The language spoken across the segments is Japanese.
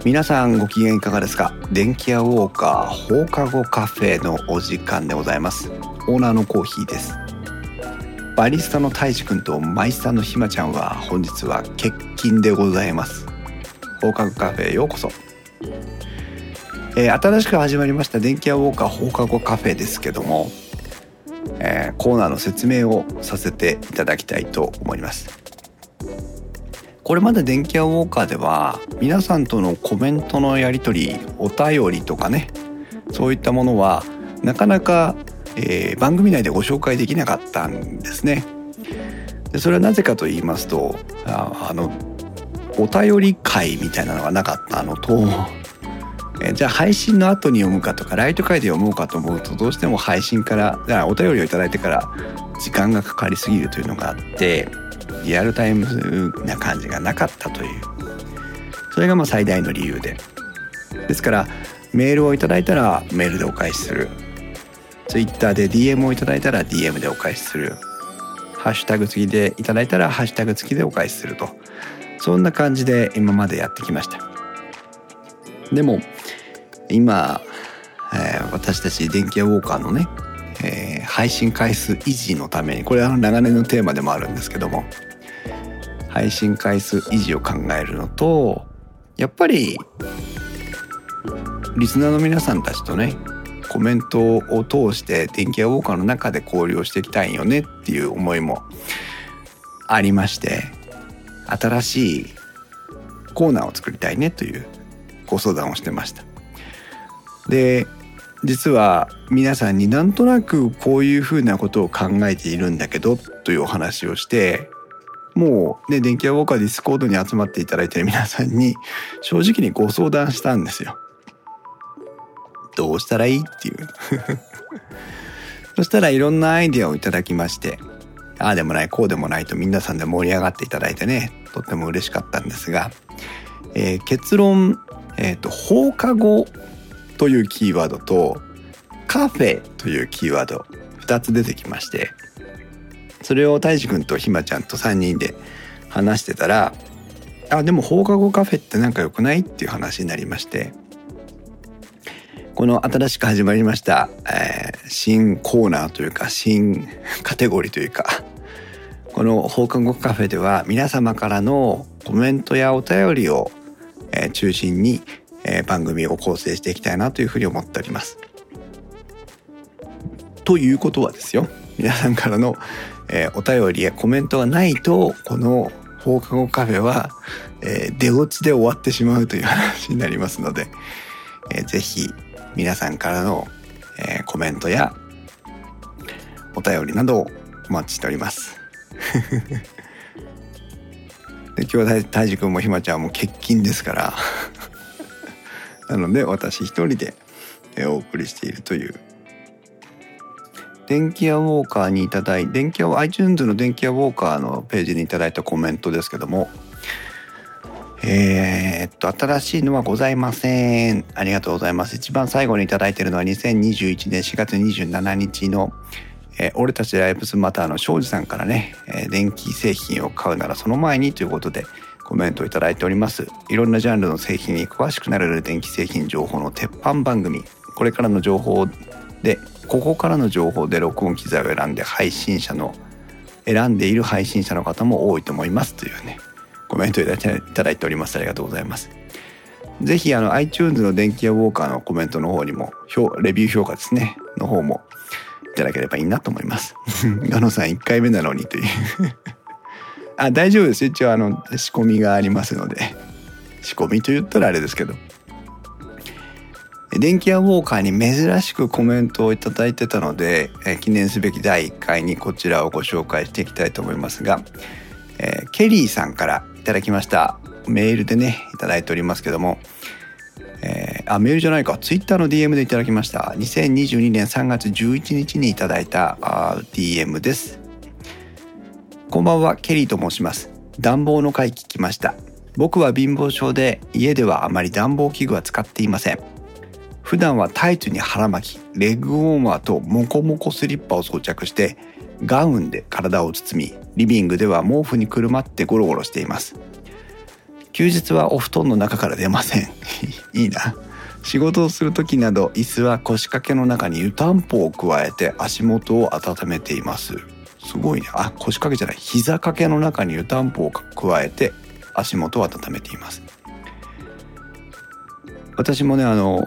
皆さんご機嫌いかがですか？電気屋ウォーカー放課後カフェのお時間でございます。オーナーのコーヒーです。バリスタのたいじくんとマイスターのひまちゃんは本日は欠勤でございます。放課後カフェへようこそ。新しく始まりました電気屋ウォーカー放課後カフェですけども、コーナーの説明をさせていただきたいと思います。これまで電気屋ウォーカーでは皆さんとのコメントのやり取り、お便りとかね、そういったものはなかなか、番組内でご紹介できなかったんですね。でそれはなぜかと言いますと、お便り会みたいなのがなかったのと、じゃあ配信の後に読むかとかライト会で読もうかと思うと、どうしても配信からじゃあお便りをいただいてから時間がかかりすぎるというのがあって、リアルタイムな感じがなかったという、それが最大の理由ですからメールをいただいたらメールでお返しする、ツイッターで DM をいただいたら DM でお返しする、ハッシュタグ付きでいただいたらハッシュタグ付きでお返しすると、そんな感じで今までやってきました。でも今、私たち電気屋ウォーカーのね、配信回数維持のために、これは長年のテーマでもあるんですけども、配信回数維持を考えるのと、やっぱりリスナーの皆さんたちとね、コメントを通して電気屋ウォーカーの中で交流をしていきたいよねっていう思いもありまして、新しいコーナーを作りたいねというご相談をしてました。で実は皆さんになんとなくこういうふうなことを考えているんだけどというお話をして、もうね、電気屋ウォーカーディスコードに集まっていただいている皆さんに正直にご相談したんですよ。どうしたらいいっていうそしたらいろんなアイデアをいただきまして、ああでもないこうでもないと皆さんで盛り上がっていただいてね、とっても嬉しかったんですが、結論、放課後というキーワードとカフェというキーワード2つ出てきまして、それをたいじくんとひまちゃんと3人で話してたら、でも放課後カフェってなんか良くないっていう話になりまして、この新しく始まりました、新コーナーというか新カテゴリーというか、この放課後カフェでは皆様からのコメントやお便りを、中心に、番組を構成していきたいなというふうに思っております。ということはですよ、皆さんからの、お便りやコメントがないと、この放課後カフェは、出落ちで終わってしまうという話になりますので、ぜひ皆さんからの、コメントやお便りなどをお待ちしておりますで今日はたいじくんもひまちゃんも欠勤ですからなので私一人でお送りしているという、電気屋ウォーカーにいただいて、iTunes の電気屋ウォーカーのページにいただいたコメントですけども、新しいのはございません。ありがとうございます。一番最後にいただいているのは2021年4月27日の、俺たちライブスマターの庄司さんからね、電気製品を買うならその前にということでコメントをいただいております。いろんなジャンルの製品に詳しくなれる電気製品情報の鉄板番組、ここからの情報で録音機材を選んでいる配信者の方も多いと思いますというね、コメントをいただいております。ありがとうございます。ぜひiTunes の電気屋ウォーカーのコメントの方にもレビュー評価ですねの方もいただければいいなと思いますガノさん1回目なのにという大丈夫です。一応仕込みがありますので、仕込みと言ったらあれですけど、電気屋ウォーカーに珍しくコメントをいただいてたので、記念すべき第1回にこちらをご紹介していきたいと思いますが、ケリーさんからいただきました。メールでねいただいておりますけども、メールじゃないか、ツイッターの DM でいただきました。2022年3月11日にいただいたDM です。こんばんは、ケリーと申します。暖房の回聞きました。僕は貧乏症で家ではあまり暖房器具は使っていません。普段はタイツに腹巻き、レッグウォーマーとモコモコスリッパを装着してガウンで体を包み、リビングでは毛布にくるまってゴロゴロしています。 休日はお布団の中から出ませんいいな。仕事をする時など椅子は腰掛けの中に湯たんぽを加えて足元を温めています。すごいね。腰掛けじゃない、膝掛けの中に湯たんぽを加えて足元を温めています。私もね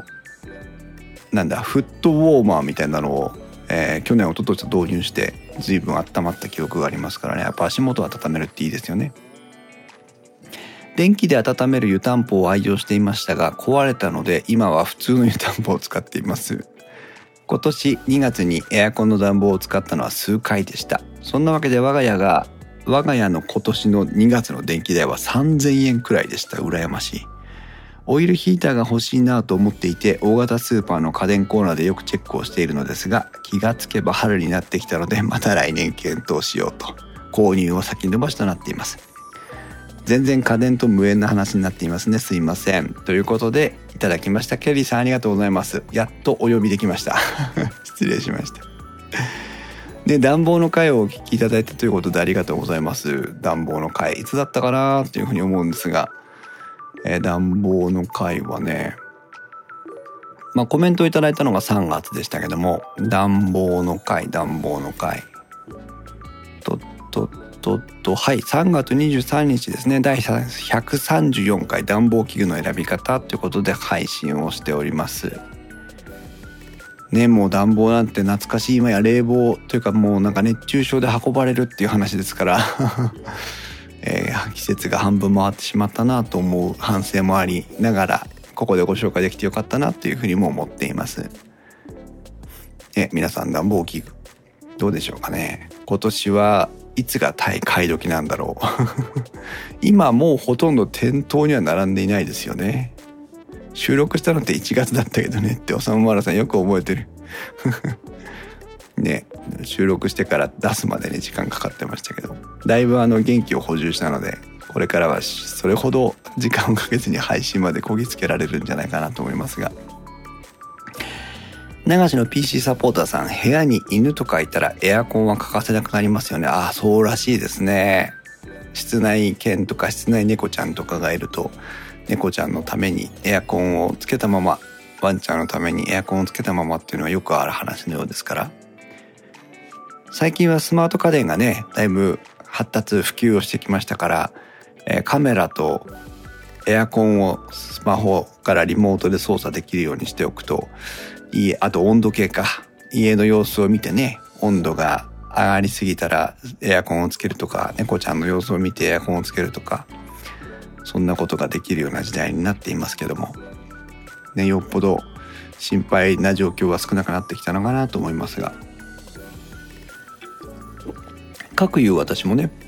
フットウォーマーみたいなのを、去年一昨年と導入して随分温まった記憶がありますからね。やっぱ足元を温めるっていいですよね。電気で温める湯たんぽを愛用していましたが壊れたので今は普通の湯たんぽを使っています。今年2月にエアコンの暖房を使ったのは数回でした。そんなわけで我が家の今年の2月の電気代は3000円くらいでした。羨ましい。オイルヒーターが欲しいなと思っていて大型スーパーの家電コーナーでよくチェックをしているのですが気がつけば春になってきたのでまた来年検討しようと購入を先延ばしとなっています。全然家電と無縁な話になっていますね。すいません。ということでいただきました。ケリーさんありがとうございます。やっとお呼びできました失礼しました。で暖房の回をお聞きいただいたということでありがとうございます。暖房の回いつだったかなというふうに思うんですが、暖房の回はね、コメントをいただいたのが3月でしたけども、暖房の回はい3月23日ですね。第134回暖房器具の選び方ということで配信をしておりますね。もう暖房なんて懐かしい。今や冷房というかもうなんか熱中症で運ばれるっていう話ですから季節が半分回ってしまったなと思う反省もありながらここでご紹介できてよかったなというふうにも思っています。皆さん暖房器具どうでしょうかね。今年はいつが買い時なんだろう今もうほとんど店頭には並んでいないですよね。収録したのって1月だったけどねっておさむまらさんよく覚えてるね、収録してから出すまでに時間かかってましたけど、だいぶ元気を補充したのでこれからはそれほど時間をかけずに配信までこぎつけられるんじゃないかなと思いますが、流しの PC サポーターさん、部屋に犬とかいたらエアコンは欠かせなくなりますよね。そうらしいですね。室内犬とか室内猫ちゃんとかがいると猫ちゃんのためにエアコンをつけたまま、ワンちゃんのためにエアコンをつけたままっていうのはよくある話のようですから、最近はスマート家電がねだいぶ発達普及をしてきましたから、カメラとエアコンをスマホからリモートで操作できるようにしておくとあと温度計か、家の様子を見てね、温度が上がりすぎたらエアコンをつけるとか、猫ちゃんの様子を見てエアコンをつけるとか、そんなことができるような時代になっていますけども、よっぽど心配な状況は少なくなってきたのかなと思いますが、かくいう私もね、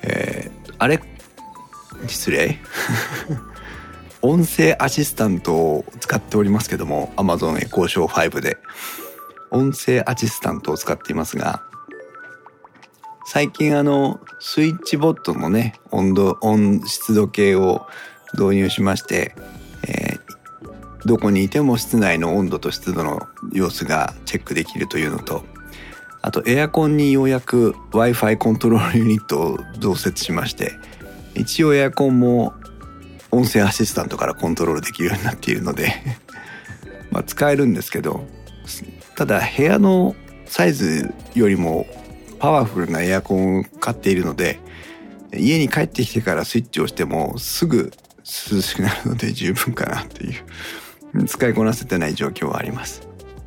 失礼音声アシスタントを使っておりますけども、 Amazon Echo Show 5で音声アシスタントを使っていますが、最近スイッチボットのね湿度計を導入しまして、どこにいても室内の温度と湿度の様子がチェックできるというのと、あとエアコンにようやく Wi-Fi コントロールユニットを増設しまして、一応エアコンも音声アシスタントからコントロールできるようになっているので使えるんですけど、ただ部屋のサイズよりもパワフルなエアコンを買っているので、家に帰ってきてからスイッチをしてもすぐ涼しくなるので十分かなという使いこなせてない状況はあります。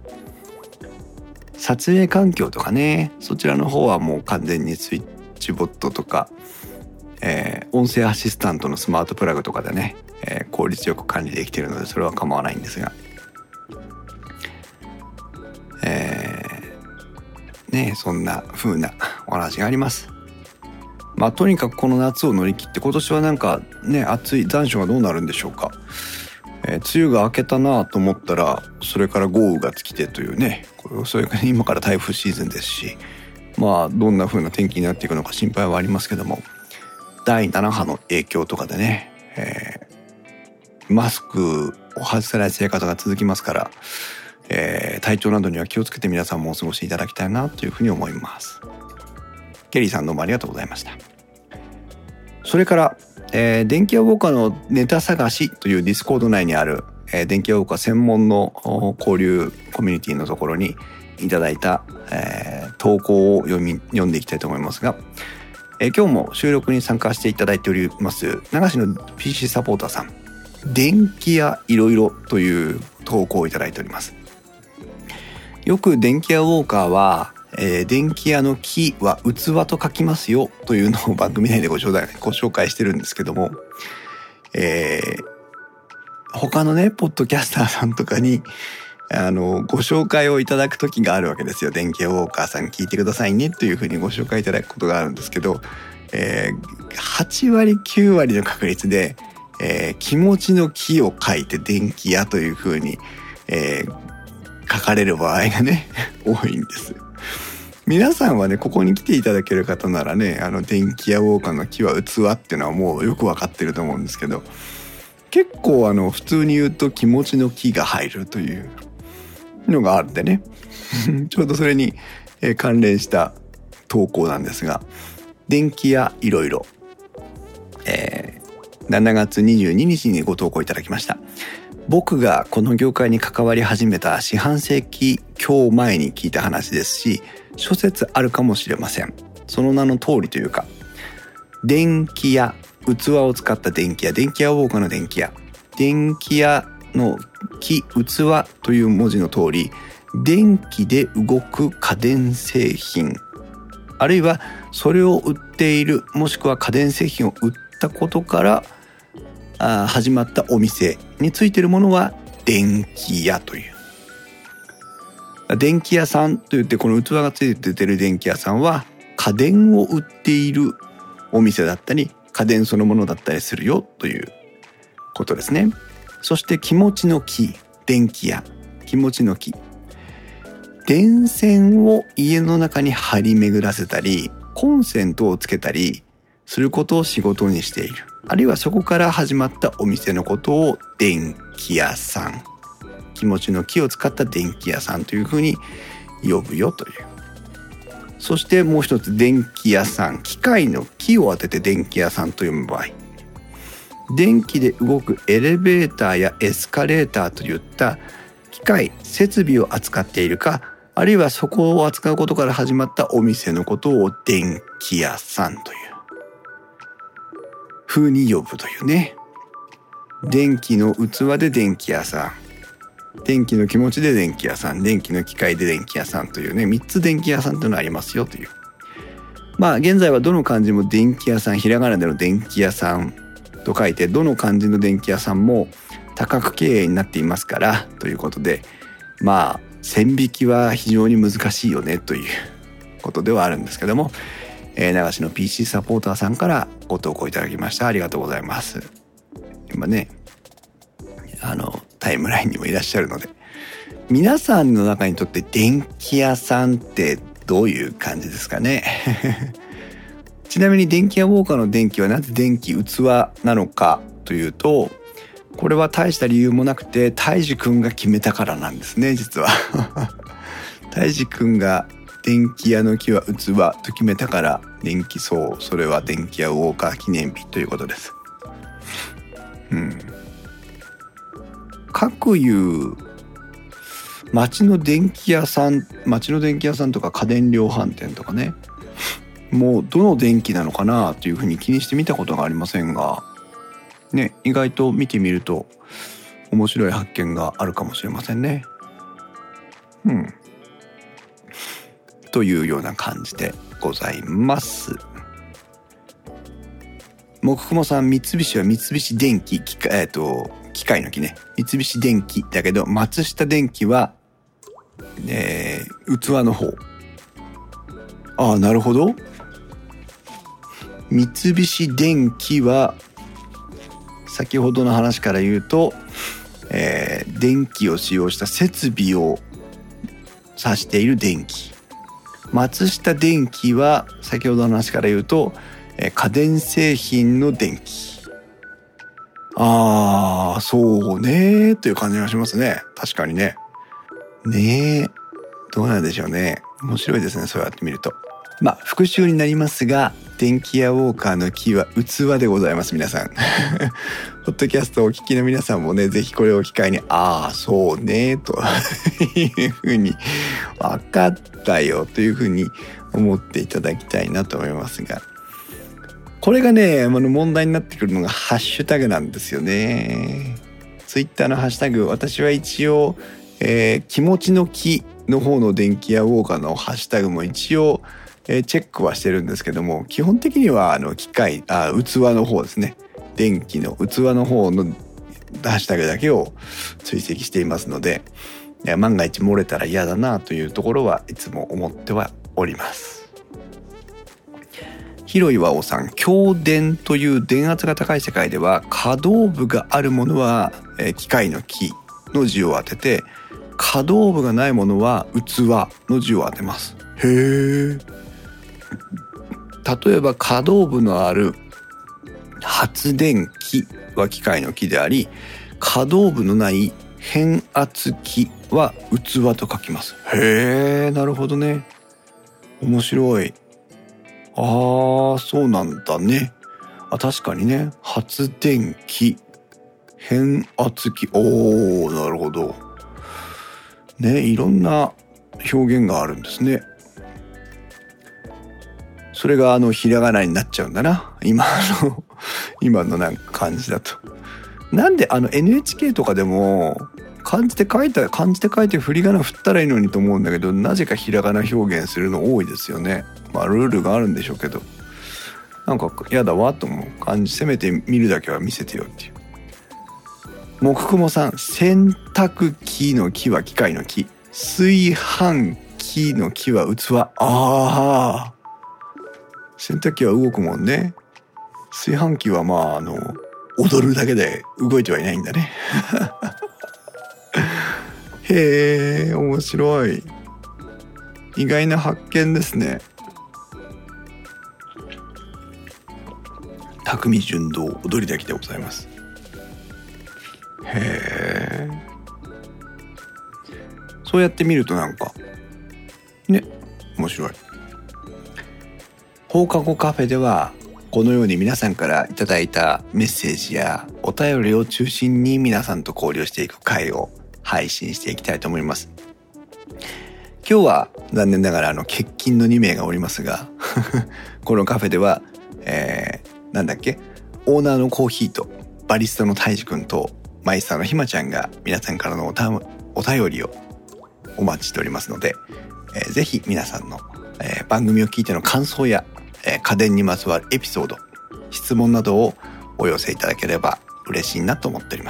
撮影環境とかね、そちらの方はもう完全にスイッチボットとか、音声アシスタントのスマートプラグとかでね、効率よく管理できているのでそれは構わないんですが、そんな風なお話があります。とにかくこの夏を乗り切って、今年はなんかね暑い残暑がどうなるんでしょうか。梅雨が明けたなと思ったらそれから豪雨が来てというね、それから今から台風シーズンですし、どんな風な天気になっていくのか心配はありますけども、第7波の影響とかでね、マスクを外せない生活が続きますから、体調などには気をつけて皆さんもお過ごしいただきたいなというふうに思います。ケリーさんどうもありがとうございました。それから電気屋ウォーカーのネタ探しというディスコード内にある、電気屋ウォーカー専門の交流コミュニティのところにいただいた、投稿を読んでいきたいと思いますが、今日も収録に参加していただいております流しの PC サポーターさん、電気屋いろいろという投稿をいただいております。よく電気屋ウォーカーは、電気屋の木は器と書きますよというのを番組内でご紹介してるんですけども、他のねポッドキャスターさんとかにご紹介をいただく時があるわけですよ。電気屋ウォーカーさん聞いてくださいねというふうにご紹介いただくことがあるんですけど、8割9割の確率で、気持ちの木を書いて電気屋というふうに、書かれる場合がね多いんです。皆さんはねここに来ていただける方ならね電気屋ウォーカーの木は器っていうのはもうよくわかってると思うんですけど、結構普通に言うと気持ちの木が入るというのがあるんでねちょうどそれに関連した投稿なんですが、電気屋いろいろ7月22日にご投稿いただきました。僕がこの業界に関わり始めた四半世紀強前に聞いた話ですし、諸説あるかもしれません。その名の通りというか、電気屋、器を使った電気屋、電気屋ウォーカーの電気屋、電気屋の木、器という文字の通り、電気で動く家電製品、あるいはそれを売っている、もしくは家電製品を売ったことから始まったお店についているものは電気屋という。電気屋さんといってこの器がついて出る電気屋さんは家電を売っているお店だったり家電そのものだったりするよということですね。そして気持ちの木、電気屋、気持ちの木、電線を家の中に張り巡らせたりコンセントをつけたりすることを仕事にしている、あるいはそこから始まったお店のことを電気屋さん、気持ちの木を使った電気屋さんというふうに呼ぶよという。そしてもう一つ、電気屋さん、機械の木を当てて電気屋さんと読む場合、電気で動くエレベーターやエスカレーターといった機械設備を扱っているか、あるいはそこを扱うことから始まったお店のことを電気屋さんという風に呼ぶというね。電気の器で電気屋さん、電気の気持ちで電気屋さん、電気の機械で電気屋さんというね、3つ電気屋さんというのがありますよという。現在はどの漢字も電気屋さん、ひらがなでの電気屋さんと書いて、どの漢字の電気屋さんも多角経営になっていますからということで、線引きは非常に難しいよねということではあるんですけども、流しの PC サポーターさんからご投稿いただきました。ありがとうございます。今ねタイムラインにもいらっしゃるので、皆さんの中にとって電気屋さんってどういう感じですかねちなみに電気屋ウォーカーの電気はなぜ電気器なのかというと、これは大した理由もなくて泰治くんが決めたからなんですね、実は泰治くんが電気屋の木は器と決めたからそれは電気屋ウォーカー記念日ということです。各いう町の電気屋さんとか家電量販店とかね、もうどの電気なのかなというふうに気にしてみたことがありませんがね、意外と見てみると面白い発見があるかもしれませんね。というような感じでございます。木雲さん、三菱は三菱電機、機械の木ね、三菱電機だけど松下電器は、器の方。なるほど。三菱電機は先ほどの話から言うと、電気を使用した設備を指している電気。松下電器は先ほどの話から言うと、家電製品の電気。そうねという感じがしますね。確かにね。どうなんでしょうね。面白いですね、そうやって見ると。 復習になりますが、電気屋ウォーカーのキーは器でございます。皆さんポッドキャストをお聞きの皆さんもね、ぜひこれを機会にそうねというふうに分かったよというふうに思っていただきたいなと思いますが、これがね問題になってくるのがハッシュタグなんですよね。ツイッターのハッシュタグ、私は一応、気持ちの気の方の電気屋ウォーカーのハッシュタグも一応チェックはしてるんですけども、基本的には器の方ですね、電気の器の方のハッシュタグだけを追跡していますので、万が一漏れたら嫌だなというところはいつも思ってはおります。広岩尾さん、強電という電圧が高い世界では可動部があるものは機械の気の字を当てて、可動部がないものは器の字を当てます。へー。例えば可動部のある発電機は機械の機であり、可動部のない変圧器は器と書きます。へー、なるほどね。面白い。そうなんだね。確かにね、発電機、変圧器、なるほどね。いろんな表現があるんですね。それがひらがなになっちゃうんだな、今のなんか感じだと。なんでNHK とかでも漢字で書いて振り仮名振ったらいいのにと思うんだけど、なぜかひらがな表現するの多いですよね。ルールがあるんでしょうけど、なんかやだわと思う感じ。せめて見るだけは見せてよっていう。木雲さん、洗濯機の機は機械の機、炊飯器の機は器。洗濯機は動くもんね。炊飯器は踊るだけで動いてはいないんだねへー、面白い。意外な発見ですね。匠純道、踊りだけでございます。へー。そうやって見るとなんかね、面白い。放課後カフェではこのように皆さんからいただいたメッセージやお便りを中心に皆さんと交流していく回を配信していきたいと思います。今日は残念ながら欠勤の2名がおりますがこのカフェでは、オーナーのコーヒーとバリスタのタイジ君とマイスターのひまちゃんが皆さんからのお便りをお待ちしておりますので、ぜひ皆さんの、番組を聞いての感想や家電にまつわるエピソード、質問などをお寄せいただければ嬉しいなと思っております。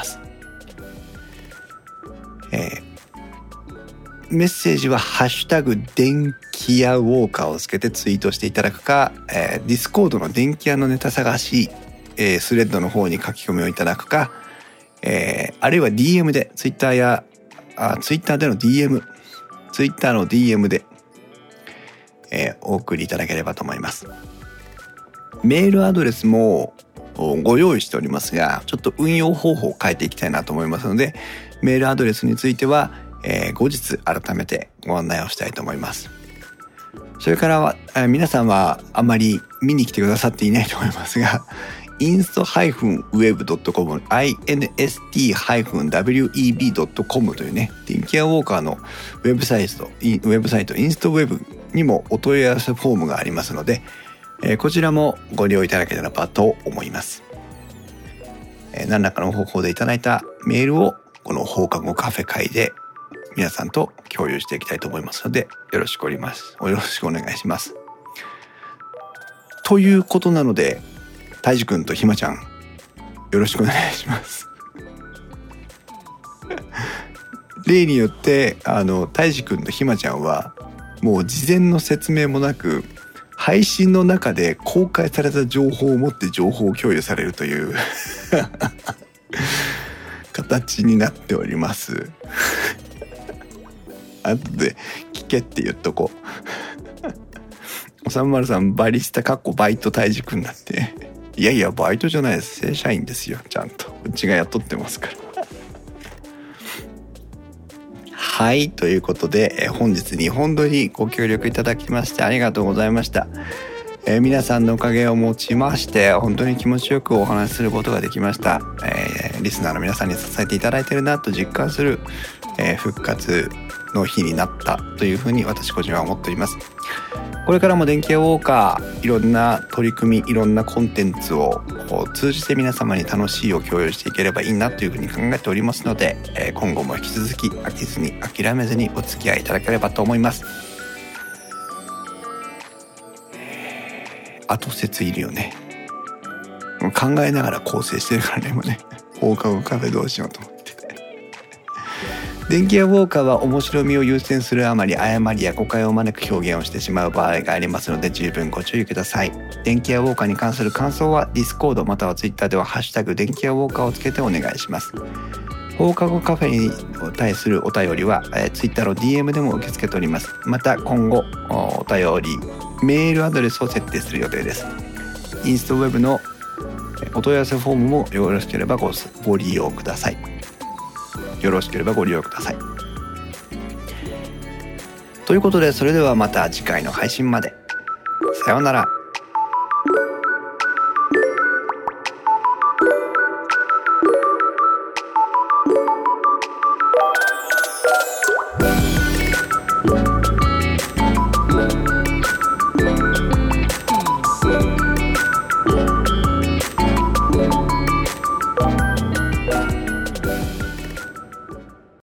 メッセージはハッシュタグ電気屋ウォーカーをつけてツイートしていただくか、ディスコードの電気屋のネタ探し、スレッドの方に書き込みをいただくか、あるいは DM でツイッターでの DM、ツイッターの DM でお送りいただければと思います。メールアドレスもご用意しておりますが、ちょっと運用方法を変えていきたいなと思いますので、メールアドレスについては、後日改めてご案内をしたいと思います。それからは、皆さんはあまり見に来てくださっていないと思いますが、inst-web.com inst-web.com というね、電気屋ウォーカーのウェブサイトインストウェブにもお問い合わせフォームがありますので、こちらもご利用いただければと思います。何らかの方法でいただいたメールをこの放課後カフェ会で皆さんと共有していきたいと思いますので、よろしくお願いします。ということなので、たいじくんとひまちゃん、よろしくお願いします例によってたいじくんとひまちゃんはもう事前の説明もなく、配信の中で公開された情報を持って情報を共有されるという形になっております後で聞けって言っとこう303バリスタバイトたいじくんだって、いやいやバイトじゃないです、正社員ですよ、ちゃんとうちが雇ってますからはい、ということで、本日2本撮りご協力いただきましてありがとうございました。皆さんのおかげをもちまして本当に気持ちよくお話しすることができました。リスナーの皆さんに支えていただいているなと実感する、復活の日になったというふうに私個人は思っております。これからも電気屋ウォーカーいろんな取り組みいろんなコンテンツを通じて皆様に楽しいを共有していければいいなというふうに考えておりますので、今後も引き続き飽きずに諦めずにお付き合いいただければと思います。後説いるよね。考えながら構成してるからね今ね。放課後カフェどうしようと思って。電気屋ウォーカーは面白みを優先するあまり誤りや誤解を招く表現をしてしまう場合がありますので十分ご注意ください。電気屋ウォーカーに関する感想は Discord または Twitter ではハッシュタグ電気屋ウォーカーをつけてお願いします。放課後カフェに対するお便りは Twitter の DM でも受け付けております。また今後お便りメールアドレスを設定する予定です。インストウェブのお問い合わせフォームもよろしければご利用ください。よろしければご利用ください。ということでそれではまた次回の配信まで。さようなら。